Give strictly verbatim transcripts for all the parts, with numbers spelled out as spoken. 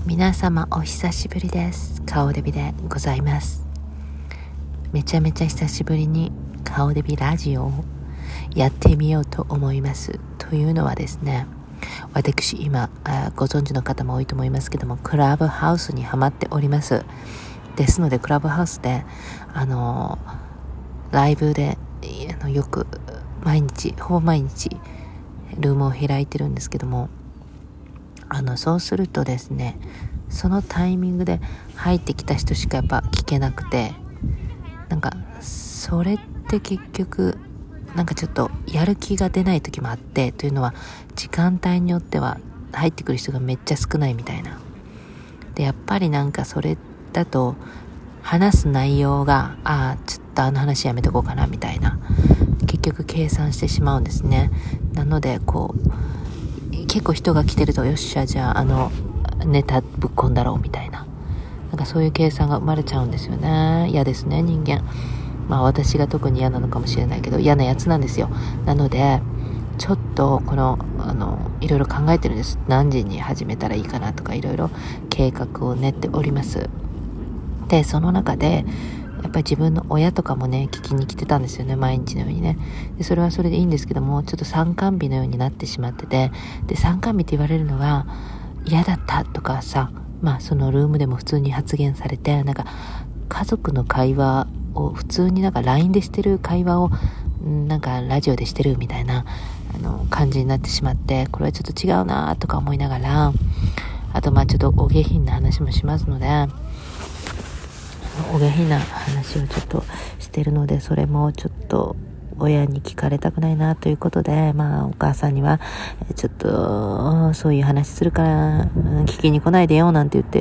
皆様お久しぶりです。顔デビでございます。めちゃめちゃ久しぶりに顔デビラジオをやってみようと思います。というのはですね、私今ご存知の方も多いと思いますけども、クラブハウスにハマっております。ですのでクラブハウスであのライブであのよく毎日ほぼ毎日ルームを開いてるんですけども、あのそうするとですね、そのタイミングで入ってきた人しかやっぱ聞けなくて、なんかそれって結局なんかちょっとやる気が出ない時もあって、というのは時間帯によっては入ってくる人がめっちゃ少ないみたいなで、やっぱりなんかそれだと話す内容がああちょっとあの話やめとこうかなみたいな、結局計算してしまうんですね。なのでこう結構人が来てると、よっしゃじゃああのネタぶっ込んだろうみたいな、なんかそういう計算が生まれちゃうんですよね。嫌ですね、人間。まあ私が特に嫌なのかもしれないけど、嫌なやつなんですよ。なのでちょっとこのあのいろいろ考えてるんです。何時に始めたらいいかなとか、いろいろ計画を練っております。でその中でやっぱり自分の親とかもね聞きに来てたんですよね、毎日のようにね。でそれはそれでいいんですけども、ちょっと参観日のようになってしまってて、で参観日って言われるのが嫌だったとかさ、まあそのルームでも普通に発言されて、なんか家族の会話を普通になんか ライン でしてる会話をなんかラジオでしてるみたいなあの感じになってしまって、これはちょっと違うなとか思いながら、あとまあちょっとお下品な話もしますので、お下品な話をちょっとしてるので、それもちょっと親に聞かれたくないなということで、まあお母さんにはちょっとそういう話するから聞きに来ないでよなんて言って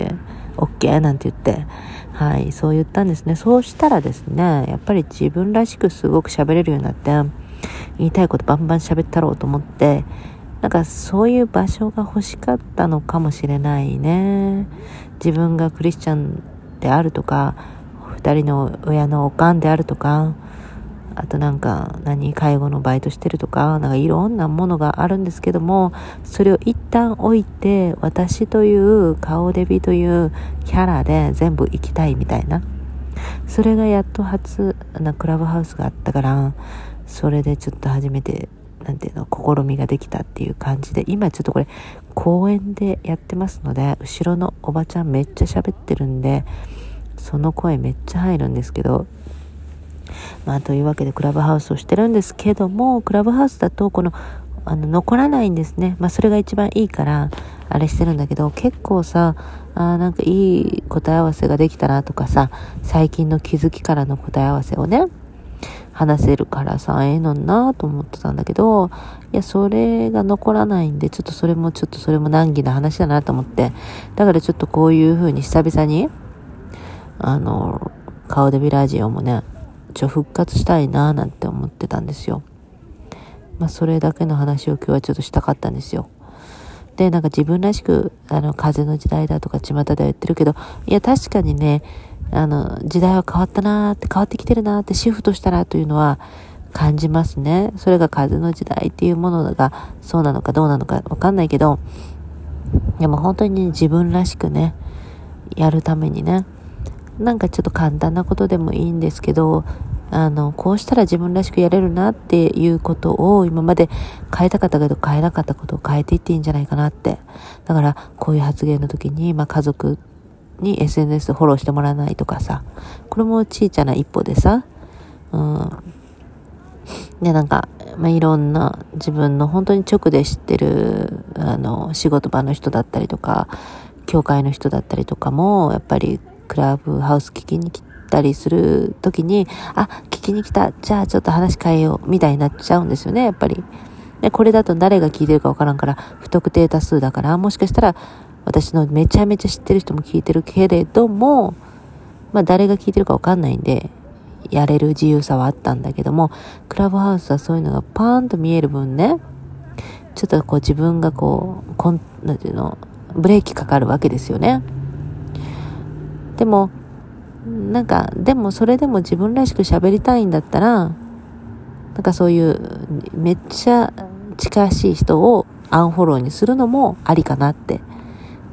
OK なんて言って、はいそう言ったんですね。そうしたらですね、やっぱり自分らしくすごく喋れるようになって、言いたいことバンバン喋ったろうと思って、なんかそういう場所が欲しかったのかもしれないね。自分がクリスチャンであるとか、二人の親のおかんであるとか、あとなんか何介護のバイトしてるとか、なんかいろんなものがあるんですけども、それを一旦置いて私という顔デビというキャラで全部生きたいみたいな、それがやっと初なクラブハウスがあったから、それでちょっと初めてなんていうの試みができたっていう感じで、今ちょっとこれ公園でやってますので、後ろのおばちゃんめっちゃ喋ってるんでその声めっちゃ入るんですけど、まあというわけでクラブハウスをしてるんですけども、クラブハウスだとこのあの残らないんですね。まあそれが一番いいからあれしてるんだけど、結構さあなんかいい答え合わせができたなとかさ、最近の気づきからの答え合わせをね話せるからさ、ええのになと思ってたんだけど、いやそれが残らないんで、ちょっとそれもちょっとそれも難儀な話だなと思って、だからちょっとこういう風に久々にあの顔デビラジオもねちょ復活したいななんて思ってたんですよ。まあそれだけの話を今日はちょっとしたかったんですよ。でなんか自分らしくあの風の時代だとか巷では言ってるけど、いや確かにねあの時代は変わったなーって、変わってきてるなーって、シフトしたなというのは感じますね。それが風の時代っていうものがそうなのかどうなのかわかんないけど、でも本当に、ね、自分らしくねやるためにね、なんかちょっと簡単なことでもいいんですけど、あのこうしたら自分らしくやれるなっていうことを今まで変えたかったけど変えなかったことを変えていっていいんじゃないかなって。だからこういう発言の時に、まあ、家族に エスエヌエス でフォローしてもらわないとかさ、これも小さな一歩でさ、うんでなんか、まあ、いろんな自分の本当に直で知ってるあの仕事場の人だったりとか教会の人だったりとかもやっぱりクラブハウス聞きに来たりする時に、あ聞きに来た、じゃあちょっと話変えようみたいになっちゃうんですよね、やっぱり。でこれだと誰が聞いてるかわからんから不特定多数だから、もしかしたら私のめちゃめちゃ知ってる人も聞いてるけれども、まあ誰が聞いてるかわかんないんでやれる自由さはあったんだけども、クラブハウスはそういうのがパーンと見える分ね、ちょっとこう自分がこうこんなんていうのブレーキかかるわけですよね。でもなんかでもそれでも自分らしく喋りたいんだったら、なんかそういうめっちゃ近しい人をアンフォローにするのもありかなって、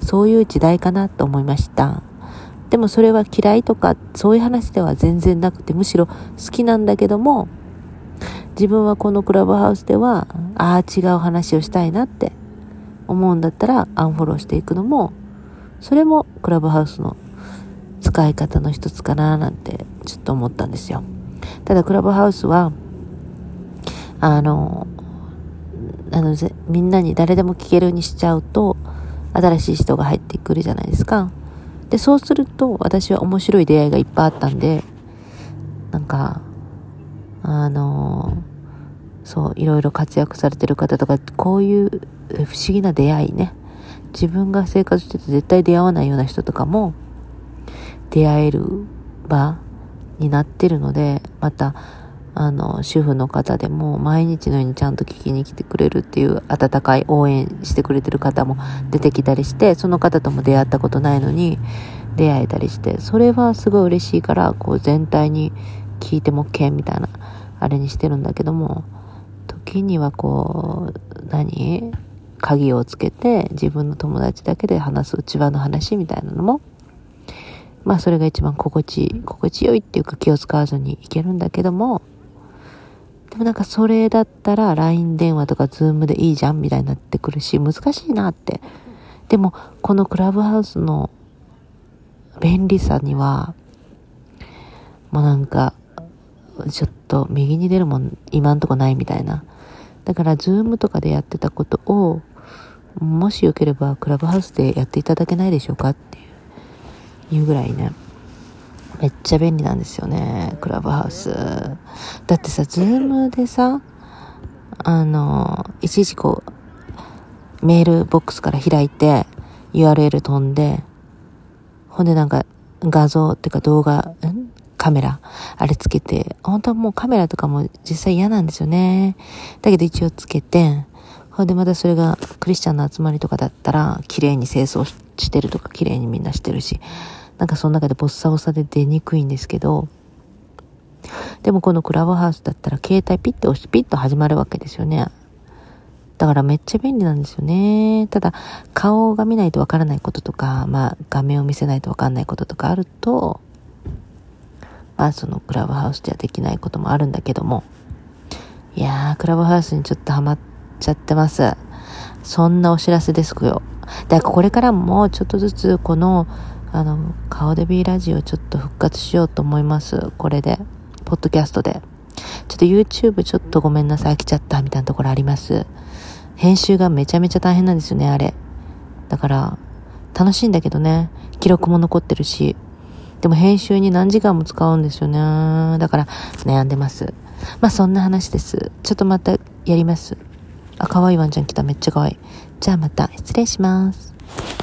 そういう時代かなと思いました。でもそれは嫌いとかそういう話では全然なくて、むしろ好きなんだけども、自分はこのクラブハウスではああ違う話をしたいなって思うんだったらアンフォローしていくのも、それもクラブハウスの使い方の一つかななんてちょっと思ったんですよ。ただクラブハウスはあのあのみんなに誰でも聞けるようにしちゃうと新しい人が入ってくるじゃないですか。でそうすると私は面白い出会いがいっぱいあったんで、なんかあのそういろいろ活躍されてる方とか、こういう不思議な出会いね、自分が生活してて絶対出会わないような人とかも出会える場になってるので、またあの主婦の方でも毎日のようにちゃんと聞きに来てくれるっていう温かい応援してくれてる方も出てきたりして、その方とも出会ったことないのに出会えたりして、それはすごい嬉しいから、こう全体に聞いても OK みたいなあれにしてるんだけども、時にはこう何鍵をつけて自分の友達だけで話す内輪の話みたいなのも、まあそれが一番心地いい心地よいっていうか、気を使わずにいけるんだけども、でもなんかそれだったら ライン 電話とか Zoom でいいじゃんみたいになってくるし、難しいなって。でもこのクラブハウスの便利さにはもうなんかちょっと右に出るもん今んとこないみたいな。だからズームとかでやってたことをもしよければクラブハウスでやっていただけないでしょうかっていういうぐらいね、めっちゃ便利なんですよねクラブハウス。だってさ、ズームでさ、あのいちいちこうメールボックスから開いて ユーアールエル 飛んで、ほんでなんか画像っていうか動画んカメラあれつけて、本当はもうカメラとかも実際嫌なんですよね。だけど一応つけて、ほんでまたそれがクリスチャンの集まりとかだったら綺麗に清掃してるとか綺麗にみんなしてるし、なんかその中でボッサボサで出にくいんですけど、でもこのクラブハウスだったら携帯ピッて押してピッと始まるわけですよね。だからめっちゃ便利なんですよね。ただ顔が見ないとわからないこととか、まあ画面を見せないとわかんないこととかあると、まあそのクラブハウスではできないこともあるんだけども、いやークラブハウスにちょっとハマっちゃってます。そんなお知らせですよ。だからこれからもちょっとずつこのあの顔で B ラジオちょっと復活しようと思います。これでポッドキャストでちょっと YouTube ちょっとごめんなさい飽きちゃったみたいなところあります。編集がめちゃめちゃ大変なんですよねあれ。だから楽しいんだけどね、記録も残ってるし、でも編集に何時間も使うんですよね。だから悩んでます。まあそんな話です。ちょっとまたやります。あ、可愛いワンちゃん来た。めっちゃ可愛い。じゃあまた失礼します。